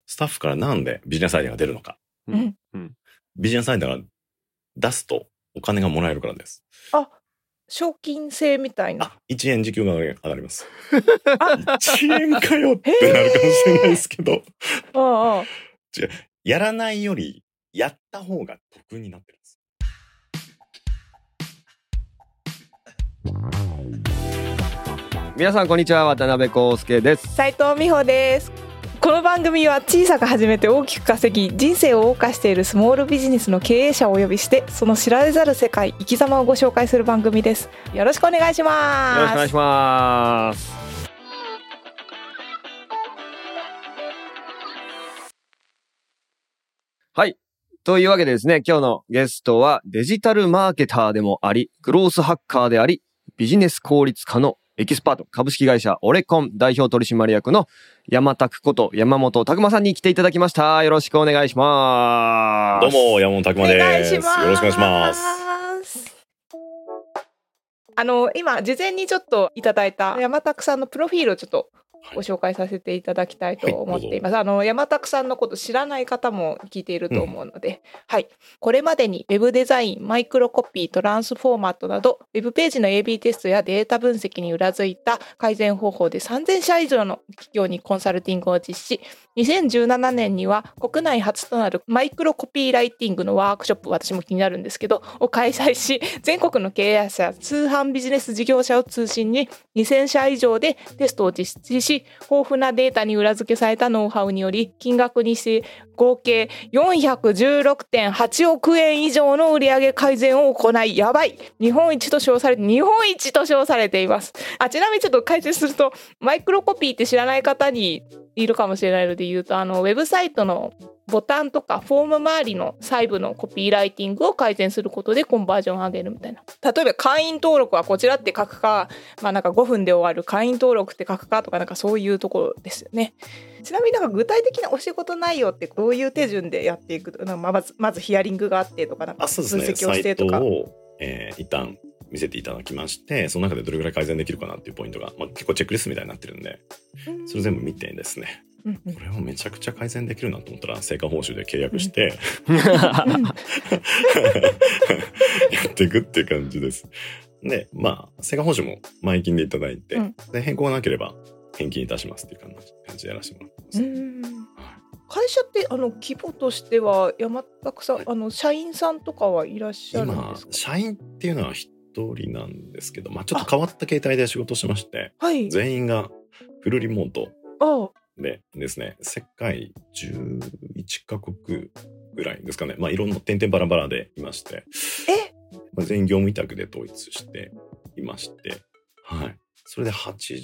スタッフからなんでビジネスアイデアが出るのか。ビジネスアイデアが出すとお金がもらえるからです。 あ、賞金制みたいな。 1円時給が上がります。1円かよってなるかもしれないですけど。違う。やらないよりやった方が得になってるんです。 皆さんこんにちは、渡辺康介です。 斉藤美穂です。この番組は小さく始めて大きく稼ぎ人生を謳歌しているスモールビジネスの経営者をお呼びしてその知られざる世界生き様をご紹介する番組です。よろしくお願いします。 よろしくお願いします。はい、というわけでですね、今日のゲストはデジタルマーケターでもありグロースハッカーでありビジネス効率化のエキスパート、株式会社オレコン代表取締役の山拓こと山本拓馬さんに来ていただきました。よろしくお願いします。 どうも山本拓馬です。よろしくお願いします。 今事前にちょっといただいた山拓さんのプロフィールをちょっとご紹介させていただきたいと思っています。山拓さんのこと知らない方も聞いていると思うので、はい。これまでにウェブデザイン、マイクロコピー、トランスフォーマットなど、ウェブページの AB テストやデータ分析に裏付いた改善方法で3000社以上の企業にコンサルティングを実施。2017年には国内初となるマイクロコピーライティングのワークショップ、私も気になるんですけど、を開催し、全国の経営者、通販ビジネス事業者を中心に2000社以上でテストを実施し、豊富なデータに裏付けされたノウハウにより金額にして合計 416.8 億円以上の売上改善を行い、やばい日本一と称されています。ちなみにちょっと解説すると、マイクロコピーって知らない方にいるかもしれないので言うと、ウェブサイトのボタンとかフォーム周りの細部のコピーライティングを改善することでコンバージョンを上げるみたいな。例えば会員登録はこちらって書くか、なんか5分で終わる会員登録って書くかとか、なんかそういうところですよね。ちなみになんか具体的なお仕事内容ってどういう手順でやっていくと、まずヒアリングがあってとか、なんか分析をしてとか。 サイトを、一旦見せていただきまして、その中でどれぐらい改善できるかなっていうポイントが、結構チェックリストみたいになってるんで、それ全部見てですね、これをめちゃくちゃ改善できるなと思ったら成果報酬で契約してやっていくっていう感じです。で、成果報酬も前金でいただいて、で変更がなければ返金いたしますっていう感じでやらせてもらってます。 会社って規模としては山拓さん、社員さんとかはいらっしゃるんですか？ 今社員っていうのは一人なんですけど、ちょっと変わった形態で仕事してまして、全員がフルリモートでですね、世界11カ国ぐらいですかね。いろんな点々バラバラでいまして、全員業務委託で統一していまして、はい。それで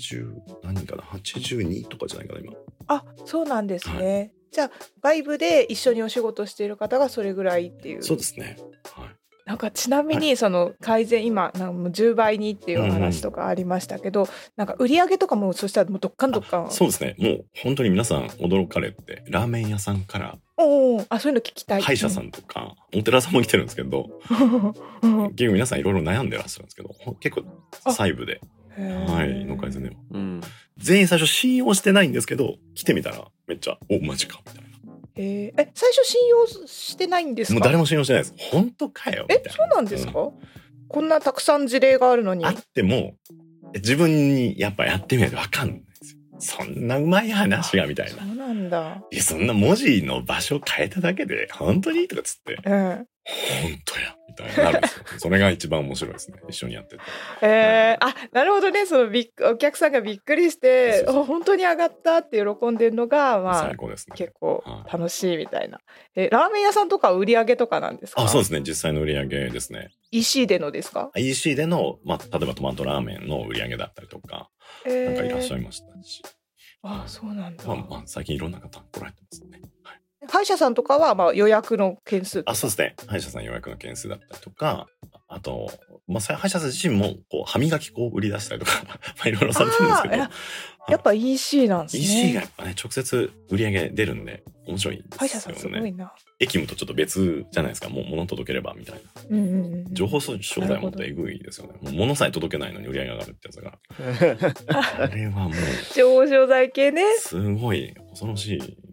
82とかじゃないかな今。 そうなんですね。じゃあ外部で一緒にお仕事している方がそれぐらいっていう。 そうですね。はい。 なんかちなみにその改善、今なんか10倍にっていう話とかありましたけど、なんか売り上げとかもそしたらもうどっかん。 そうですね。もう本当に皆さん驚かれて、ラーメン屋さんからそういうの聞きたい。 歯医者さんとか、お寺さんも来てるんですけど、結構皆さんいろいろ悩んでらっしゃるんですけど、結構細部で、の改善でも、全員最初信用してないんですけど、来てみたらめっちゃマジかみたいな。 最初信用してないんですか？ もう誰も信用してないです。本当かよみたいな。 そうなんですか？こんなたくさん事例があるのに。 あっても自分にやっぱやってみないと分かんないんですよ。そんなうまい話がみたいな。 そうなんだ。 そんな文字の場所変えただけで本当にとかつって、本当やみたいになるんですよ。それが一番面白いですね。一緒にやってて。 なるほどね。そのお客さんがびっくりして本当に上がったって喜んでるのが最高ですね。 結構楽しいみたいな。ラーメン屋さんとか売り上げとかなんですか？ そうですね。実際の売り上げですね。 EC でのですか？ EC での、例えばトマトラーメンの売り上げだったりとか、なんかいらっしゃいましたし。 そうなんだ。 最近いろんな方来られてますね。 歯医者さんとかは予約の件数とか。 そうですね。歯医者さん予約の件数だったりとか、あと、歯医者さん自身も歯磨き粉を売り出したりとかいろいろされてるんですけど、 やっぱ EC なんですね。 EC がやっぱね、直接売り上げ出るんで面白いですよね。 歯医者さんすごいな。 駅務とちょっと別じゃないですか。もう物届ければみたいな。情報商材もっとえぐいですよね。もう物さえ届けないのに売り上げが上がるってやつが。あれはもう。 情報商材系ね。 すごい恐ろしいで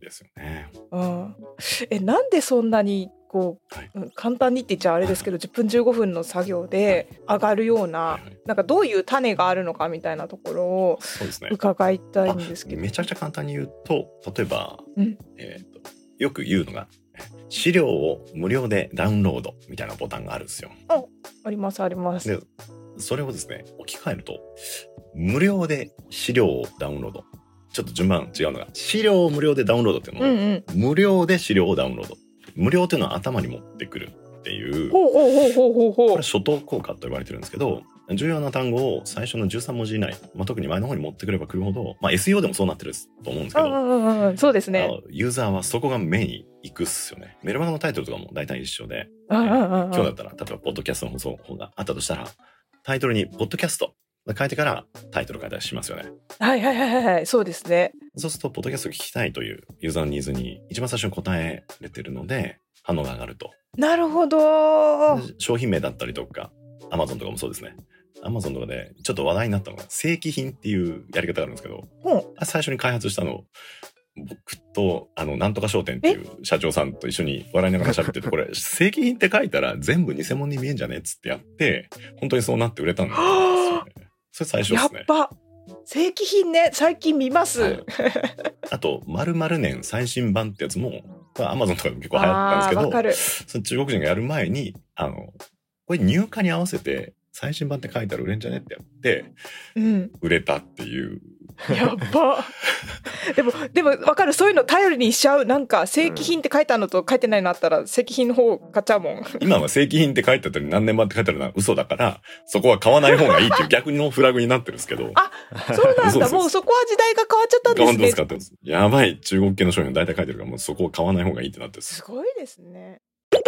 ですよね。 なんでそんなにこう、簡単にって言っちゃあれですけど、10分15分の作業で上がるような、なんかどういう種があるのかみたいなところを伺いたいんですけど。 めちゃくちゃ簡単に言うと、例えば、よく言うのが資料を無料でダウンロードみたいなボタンがあるんですよ。 ありますあります。 でそれをですね、置き換えると無料で資料をダウンロード、ちょっと順番違うのが、資料を無料でダウンロードっていうのを、無料で資料をダウンロード、無料っていうのは頭に持ってくるっていう、これ初等効果と呼ばれてるんですけど、重要な単語を最初の13文字以内、特に前の方に持ってくればくるほど、SEO でもそうなってると思うんですけど、 そうですね。 ユーザーはそこが目に行くっすよね。メルマガのタイトルとかも大体一緒で、今日だったら例えばポッドキャストの放送法があったとしたら、タイトルにポッドキャスト書いてからタイトル書いたりしますよね。 はい、そうですね。 そうするとポッドキャストを聞きたいというユーザーのニーズに一番最初に答えれてるので、反応が上がると。 なるほど。 商品名だったりとか、Amazon とかもそうですね。Amazon とかでちょっと話題になったのが正規品っていうやり方があるんですけど、最初に開発したのを僕となんとか商店っていう社長さんと一緒に笑いながら喋ってて、これ正規品って書いたら全部偽物に見えんじゃねっつってやって、本当にそうなって売れたんですよね。それ最初ですね。 やっぱ正規品ね、最近見ます。 あと〇〇年最新版ってやつも Amazon とかでも結構流行ったんですけど、その中国人がやる前にこれ入荷に合わせて最新版って書いたら売れんじゃねってやって、売れたっていう。 やっば。でも分かる、そういうの頼りにしちゃう。なんか正規品って書いてあるのと書いてないのあったら正規品の方買っちゃうもん。 今は正規品って書いてあったり何年版って書いてあるのは嘘だから、そこは買わない方がいいっていう逆のフラグになってるんですけど。 そうなんだ。もうそこは時代が変わっちゃったんですね。 本当ですかってます。やばい中国系の商品大体書いてるから、もうそこを買わない方がいいってなってる。 すごいですね。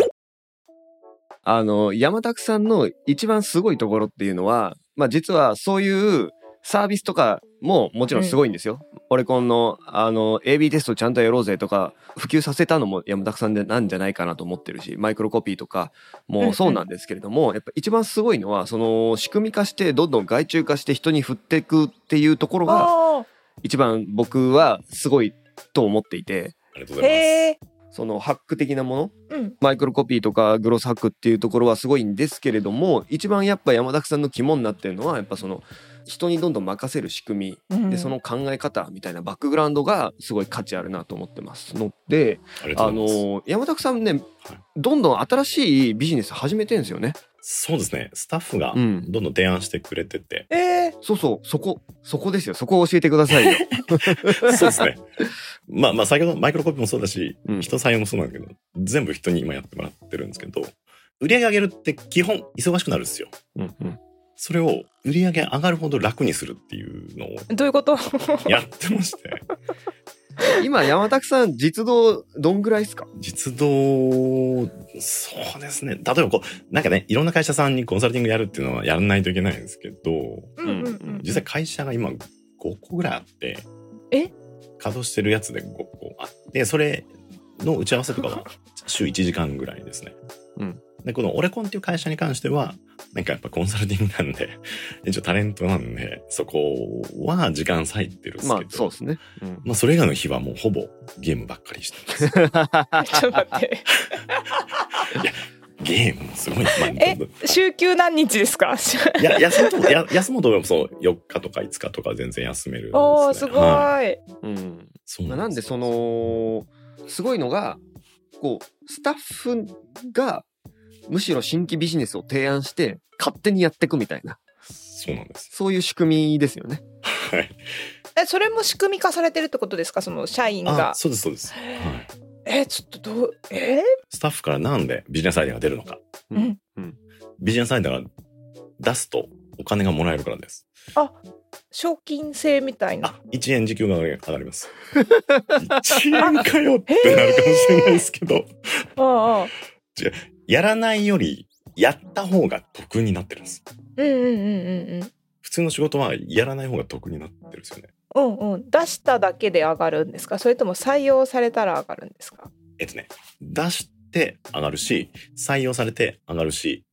山田さんの一番すごいところっていうのは、実はそういうサービスとかももちろんすごいんですよ。オレコンのAB テストちゃんとやろうぜとか普及させたのも山田さんなんじゃないかなと思ってるし、マイクロコピーとかもそうなんですけれども、やっぱ一番すごいのはその仕組み化してどんどん外注化して人に振っていくっていうところが一番僕はすごいと思っていて。 ありがとうございます。 そのハック的なもの、マイクロコピーとかグロスハックっていうところはすごいんですけれども、一番やっぱ山田さんの肝になってるのはやっぱその人にどんどん任せる仕組み、でその考え方みたいなバックグラウンドがすごい価値あるなと思ってますので、山田さんね、どんどん新しいビジネス始めてるんですよね。 そうですね。スタッフがどんどん提案してくれてて、 そうそこですよ。そこを教えてくださいよ。 そうですね。先ほどマイクロコピーもそうだし、人採用もそうなんだけど、全部人に今やってもらってるんですけど、売り上げ上げるって基本忙しくなるんですよ。それを売り上げ上がるほど楽にするっていうのをどういうことやってまして今山田さん実動どんぐらいですか？ 実動そうですね、例えばなんかね、いろんな会社さんにコンサルティングやるっていうのはやらないといけないんですけど、実際会社が今5個ぐらいあって、稼働してるやつで5個あって、それの打ち合わせとかは週1時間ぐらいですね。でこのオレコンっていう会社に関してはなんかやっぱコンサルティングなんで一応タレントなんでそこは時間割いてるんですけど、 そうですね、 それ以外の日はもうほぼゲームばっかりしてます。ちょっと待っていやゲームもすごい、 週休何日ですか？ いや休むとそう4日とか5日とか全然休めるんですね。 おーすごい、 そうなんでそのすごいのがスタッフがむしろ新規ビジネスを提案して勝手にやっていくみたいな、 そうなんです。 そういう仕組みですよね。 はい。 それも仕組み化されてるってことですか？その社員が。 そうですそうです。 ちょっとスタッフからなんでビジネスアイデアが出るのか。ビジネスアイデアが出すとお金がもらえるからです。 賞金制みたいな。 1円時給が上がります。1円かよってなるかもしれないですけど。やらないよりやった方が得になってるんです。普通の仕事はやらない方が得になってるんですよね。 出しただけで上がるんですか？それとも採用されたら上がるんですか？ 出して上がるし、採用されて上がるし、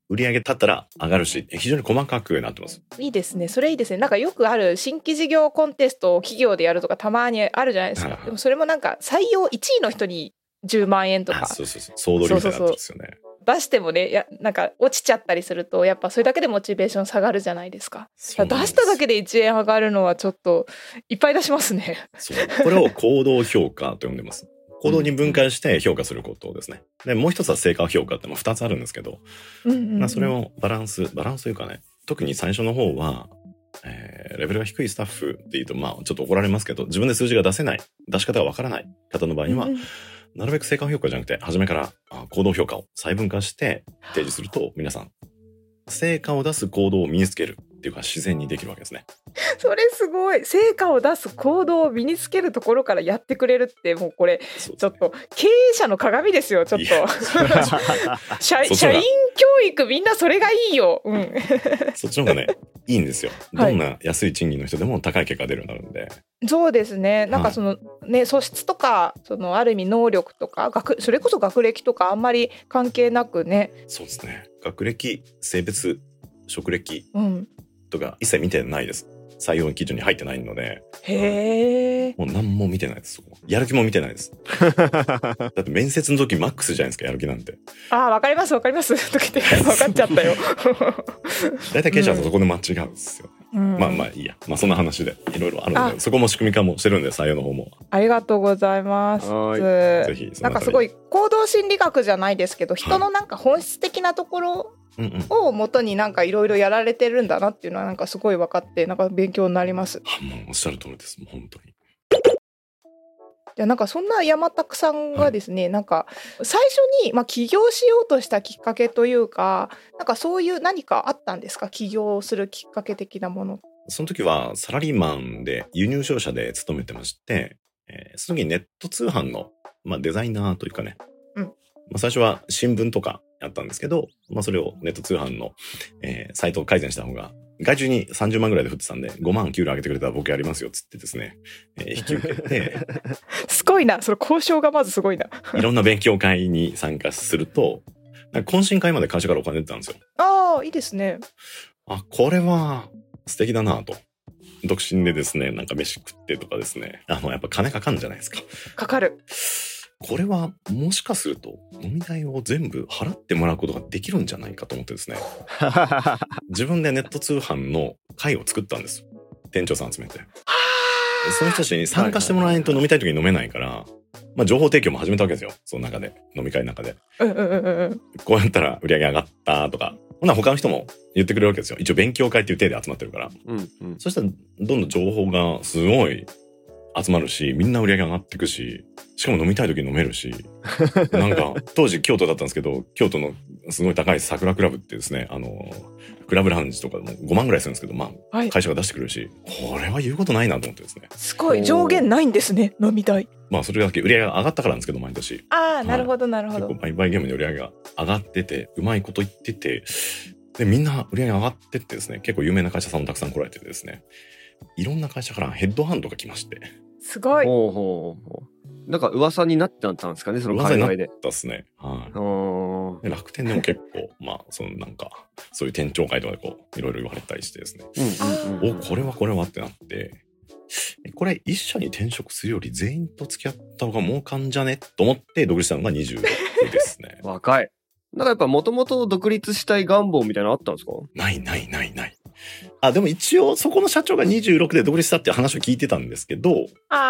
売り上げ立ったら上がるし、非常に細かくなってます。 いいですね。それいいですね。なんかよくある新規事業コンテストを企業でやるとかたまにあるじゃないですか。でもそれもなんか採用1位の人に10万円とか。 そう。総取りみたいになってるんですよね。 出してもね、なんか落ちちゃったりすると、やっぱそれだけでモチベーション下がるじゃないですか。出しただけで1円上がるのはちょっといっぱい出しますね。 これを行動評価と呼んでます。行動に分解して評価することですね。で、もう一つは成果評価って2つあるんですけど、それをバランスというかね、特に最初の方は、レベルが低いスタッフっていうと、ちょっと怒られますけど、自分で数字が出し方がわからない方の場合には、なるべく成果評価じゃなくて、初めから行動評価を細分化して提示すると、皆さん、成果を出す行動を身につけるっていうか自然にできるわけですね。 それすごい。成果を出す行動を身につけるところからやってくれるって、もうこれちょっと経営者の鏡ですよ。ちょっと社員教育みんなそれがいいよ。 そっちの方がねいいんですよ。どんな安い賃金の人でも高い結果が出るようになるんで。 そうですね。なんかそのね、素質とかそのある意味能力とかそれこそ学歴とかあんまり関係なくね。 そうですね。学歴、性別、職歴とか一切見てないです。採用基準に入ってないので。 へー。 もう何も見てないです。そこやる気も見てないです。だって面接の時マックスじゃないですか、やる気なんて。 わかりますとか言って分かっちゃったよ。 大体経営者はそこで間違うんですよ。いいや。そんな話でいろいろあるので、そこも仕組み化もしてるんで、採用の方も。 ありがとうございます。 ぜひ。 なんかすごい行動心理学じゃないですけど、人のなんか本質的なところを元になんかいろいろやられてるんだなっていうのはなんかすごい分かって、なんか勉強になります。 もうおっしゃる通りです。もう本当に。 じゃあなんかそんな山拓さんがですね、なんか最初に起業しようとしたきっかけというか、なんかそういう何かあったんですか？起業するきっかけ的なもの。 その時はサラリーマンで輸入商社で勤めてまして、その時ネット通販の、デザイナーというかね、最初は新聞とかやったんですけど、それをネット通販の、サイトを改善した方が外注に30万ぐらいで振ってたんで、5万給料上げてくれたら僕やりますよっつってですね、引き受けてすごいな、その交渉がまずすごいな。 いろんな勉強会に参加すると、懇親会まで会社からお金出てたんですよ。 いいですね。 これは素敵だなと。独身でですね、なんか飯食ってとかですね、やっぱ金かかるんじゃないですか。 かかる。 これはもしかすると飲み代を全部払ってもらうことができるんじゃないかと思ってですね自分でネット通販の会を作ったんです。店長さん集めて、その人たちに参加してもらえないと飲みたい時に飲めないから、情報提供も始めたわけですよ。その中で、飲み会の中で、こうやったら売り上げ上がったとか、他の人も言ってくれるわけですよ。一応勉強会っていう体で集まってるから、そしたらどんどん情報がすごい集まるし、みんな売り上げ上がっていくし、しかも飲みたい時に飲めるし、なんか当時京都だったんですけど、京都のすごい高い桜クラブってですね、クラブラウンジとかも5万ぐらいするんですけど、会社が出してくれるし、これは言うことないなと思ってですね。 すごい上限ないんですね、飲み代。 それだけ売り上げが上がったからなんですけど、毎年。 なるほどなるほど。 結構売買ゲームの売り上げが上がってて、うまいこと言ってて、でみんな売り上げ上がってってですね、結構有名な会社さんもたくさん来られててですね、いろんな会社からヘッドハンドが来まして。 すごい。 なんか噂になってたんですかね、その海外で。 噂になったっすね。で楽天でも結構そういう店長会とかでいろいろ言われたりしてですね、これはってなって、これ一社に転職するより全員と付き合った方が儲かんじゃねと思って独立したのが26ですね。 若い。なんかやっぱもともと独立したい願望みたいなのあったんですか？ ない。でも一応そこの社長が26で独立したっていう話を聞いてたんですけど、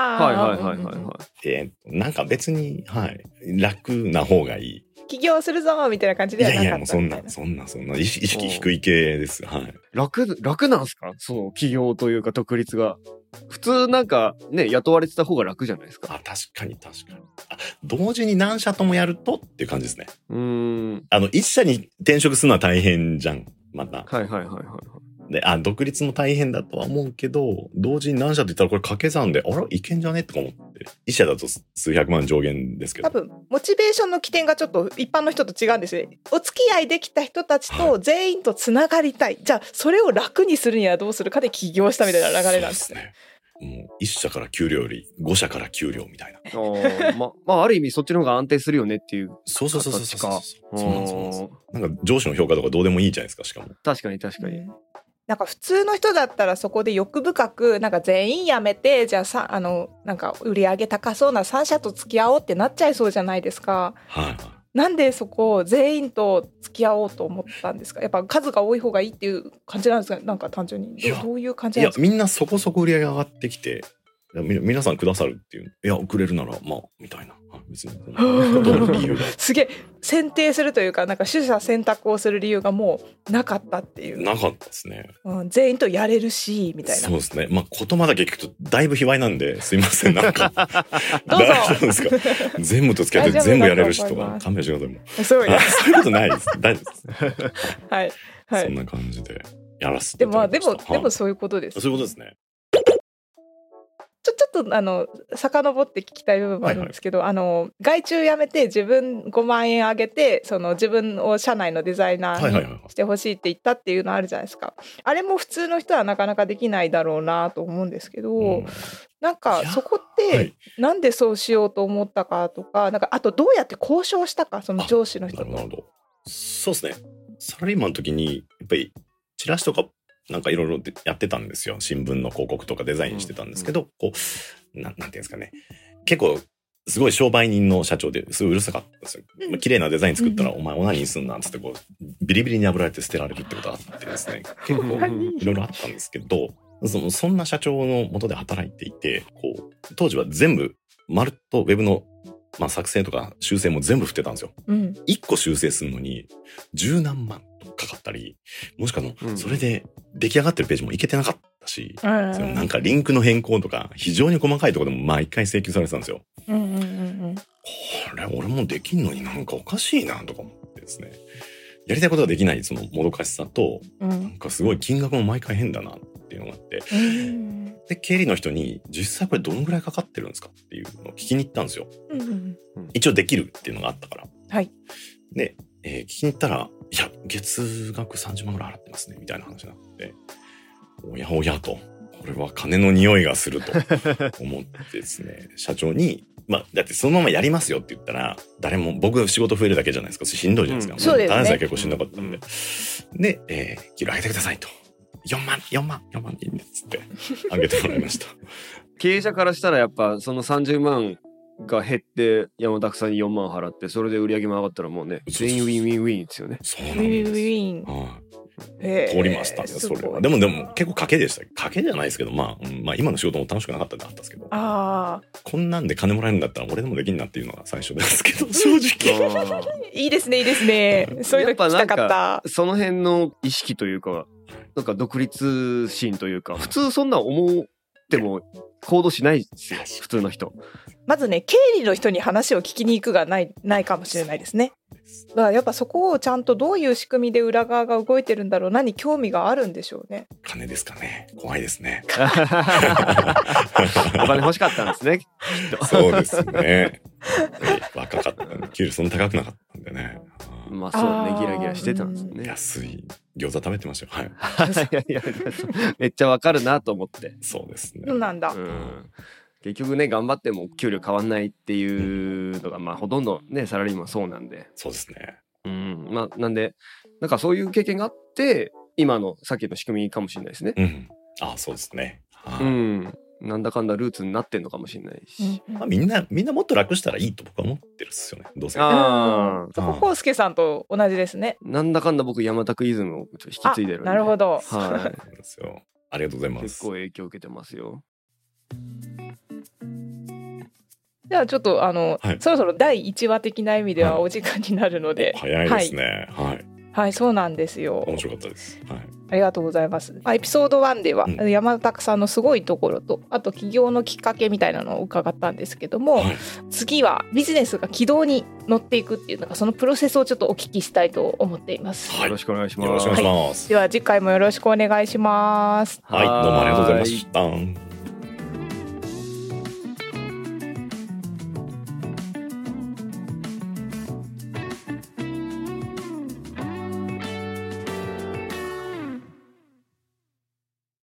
なんか別に、楽な方がいい。 起業するぞみたいな感じではなかった。 もうそんな意識低い系です。 楽なんすか？そう、起業というか独立が。普通なんかね、雇われてた方が楽じゃないですか。 確かに。同時に何社ともやるとっていう感じですね。一社に転職するのは大変じゃん、また。で、独立も大変だとは思うけど、同時に何社って言ったらこれ掛け算で、いけんじゃねとか思って。一社だと数百万上限ですけど。 多分、モチベーションの起点がちょっと一般の人と違うんですね。お付き合いできた人たちと全員とつながりたい。じゃあ、それを楽にするにはどうするかで起業したみたいな流れなんですね。 もう1社から給料より5社から給料みたいな。 まあある意味そっちの方が安定するよねっていう形か。 そうなんです。なんか上司の評価とかどうでもいいじゃないですか、しかも。 確かに。 なんか普通の人だったらそこで欲深くなんか全員辞めて、じゃあなんか売り上げ高そうな3社と付き合おうってなっちゃいそうじゃないですか。 はい。 なんでそこ全員と付き合おうと思ったんですか？やっぱ数が多い方がいいっていう感じなんですか？なんか単純にどういう感じなんですか？ いやみんなそこそこ売り上げ上がってきて、皆さんくださるっていう、いやくれるならまあみたいな、別にどの理由がすげえ選定するというか、なんか取捨選択をする理由がもうなかったっていう。 なかったですね、 全員とやれるしみたいな。 そうですね。まあ言葉だけ聞くとだいぶ卑猥なんですいません、なんかどうぞ大丈夫ですか？全部と付き合って全部やれるしとか勘弁してください。もうそういうことないです。大丈夫ですはい、 そんな感じでやらせていただきました。 でもそういうことです。 そういうことですね。 ちょっと遡って聞きたい部分もあるんですけど、外注辞めて自分5万円あげて自分を社内のデザイナーにしてほしいって言ったっていうのあるじゃないですか。あれも普通の人はなかなかできないだろうなと思うんですけど、なんかそこってなんでそうしようと思ったかとか、なんかあとどうやって交渉したか、その上司の人と。 なるほど。そうですね。サラリーマンの時にやっぱりチラシとかなんかいろいろやってたんですよ。新聞の広告とかデザインしてたんですけど、こうなんていうんですかね。結構すごい商売人の社長ですごいうるさかったんですよ。綺麗なデザイン作ったら、お前オナニーすんなっつってこうビリビリに破られて捨てられるってことがあってですね。結構いろいろあったんですけど、そんな社長の下で働いていて、こう当時は全部まるっとウェブの作成とか修正も全部振ってたんですよ。1個修正するのに十何万かかったり、もしくはそれで出来上がってるページもいけてなかったし、なんかリンクの変更とか非常に細かいところでも毎回請求されてたんですよ。これ俺もできんのになんかおかしいなとか思ってですね、やりたいことができないそのもどかしさと、なんかすごい金額も毎回変だなっていうのがあって、で経理の人に実際これどのぐらいかかってるんですかっていうのを聞きに行ったんですよ。一応できるっていうのがあったから。で、聞きに行ったら、いや月額30万ぐらい払ってますねみたいな話になって、おやおやと、これは金の匂いがすると思ってですね、社長にだってそのままやりますよって言ったら誰も、僕仕事増えるだけじゃないですか、しんどいじゃないですか。 そうですね。 単さ結構しんどかったんで、で、給料上げてくださいと、4万いいんでっつって上げてもらいました。 経営者からしたらやっぱその30万が減って山田さんに4万払って、それで売り上げも上がったらもうね、全員ウィンウィンウィンですよね。 そうなんです。ウィン。通りましたね、それは。でも結構賭けでした。賭けじゃないですけど、今の仕事も楽しくなかったんであったんですけど、こんなんで金もらえるんだったら俺でもできんなっていうのが最初ですけど、正直。 いいですね、いいですね。そういうの聞きたかった。 その辺の意識というか、なんか独立心というか、普通そんな思っても行動しないですよ、普通の人。 まずね、経理の人に話を聞きに行くがないかもしれないですね。だからやっぱそこをちゃんとどういう仕組みで裏側が動いてるんだろう、何興味があるんでしょうね。 金ですかね。怖いですね。 お金欲しかったんですね。 そうですね。若かったんで、給料そんな高くなかったんでね。 そうね、ギラギラしてたんですね。 安い餃子食べてましたよ。 いやめっちゃわかるなと思って。 そうですね。 そうなんだ。 結局ね、頑張っても給料変わんないっていうのが、ほとんどね、サラリーマンそうなんで。 そうですね。 なんで、なんかそういう経験があって、今のさっきの仕組みかもしれないですね。 そうですね。 なんだかんだルーツになってんのかもしれないし。 みんなもっと楽したらいいと僕は思ってるんですよね。どうせ。 そこコウスケさんと同じですね。 なんだかんだ僕山拓イズムを引き継いでるんで。 なるほど。 ありがとうございます。 結構影響を受けてますよ。 じゃあちょっとそろそろ第1話的な意味ではお時間になるので、 早いですね。 はい、そうなんですよ。 面白かったです。 ありがとうございます。エピソード1では山田さんのすごいところと、あと起業のきっかけみたいなのを伺ったんですけども、次はビジネスが軌道に乗っていくっていうのが、そのプロセスをちょっとお聞きしたいと思っています。 よろしくお願いします。 よろしくお願いします。 では次回もよろしくお願いします。 はい、どうもありがとうございました。